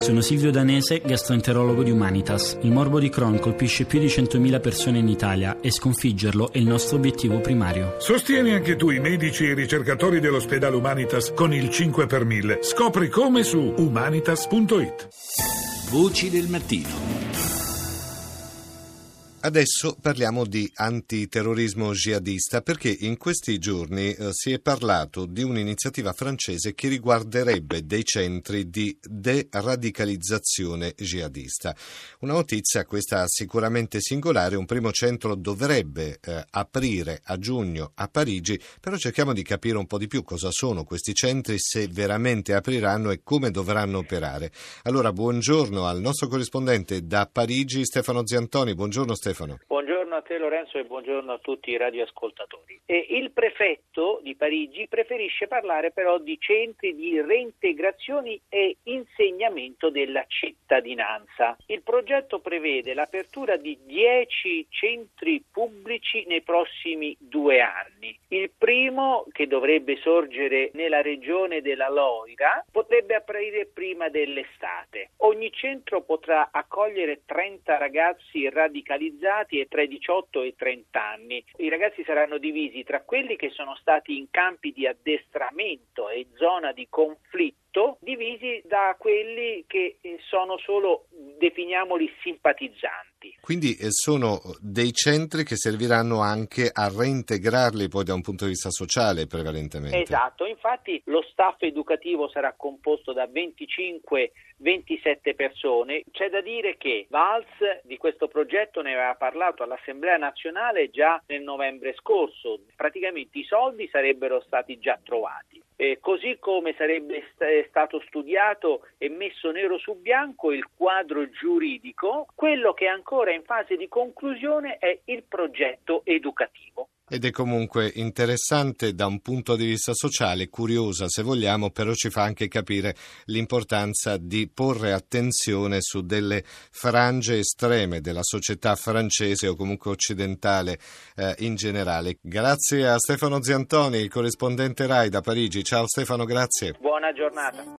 Sono Silvio Danese, gastroenterologo di Humanitas. Il morbo di Crohn colpisce più di 100.000 persone in Italia e sconfiggerlo è il nostro obiettivo primario. Sostieni anche tu i medici e i ricercatori dell'ospedale Humanitas con il 5 per 1000. Scopri come su humanitas.it. Voci del mattino. Adesso parliamo di antiterrorismo jihadista perché in questi giorni si è parlato di un'iniziativa francese che riguarderebbe dei centri di deradicalizzazione jihadista. Una notizia questa sicuramente singolare, un primo centro dovrebbe aprire a giugno a Parigi, però cerchiamo di capire un po' di più cosa sono questi centri, se veramente apriranno e come dovranno operare. Allora, buongiorno al nostro corrispondente da Parigi, Stefano Ziantoni. Buongiorno Stefano. Buongiorno a te Lorenzo e buongiorno a tutti i radioascoltatori. Il prefetto di Parigi preferisce parlare però di centri di reintegrazione e insegnamento della cittadinanza. Il progetto prevede l'apertura di 10 centri pubblici nei prossimi 2 anni. Il primo, che dovrebbe sorgere nella regione della Loira, potrebbe aprire prima dell'estate. Ogni centro potrà accogliere 30 ragazzi radicalizzati e tra i 18 e i 30 anni. I ragazzi saranno divisi tra quelli che sono stati in campi di addestramento e zona di conflitto, divisi da quelli che sono solo, definiamoli, simpatizzanti. Quindi sono dei centri che serviranno anche a reintegrarli poi da un punto di vista sociale prevalentemente. Esatto, infatti lo staff educativo sarà composto da 25-27 persone. C'è da dire che Valls di questo progetto ne aveva parlato all'Assemblea nazionale già nel novembre scorso. Praticamente i soldi sarebbero stati già trovati. Così come sarebbe stato studiato e messo nero su bianco il quadro giuridico, quello che è ancora in fase di conclusione è il progetto educativo. Ed è comunque interessante da un punto di vista sociale, curiosa se vogliamo, però ci fa anche capire l'importanza di porre attenzione su delle frange estreme della società francese o comunque occidentale in generale. Grazie a Stefano Ziantoni, il corrispondente RAI da Parigi. Ciao Stefano, grazie. Buona giornata.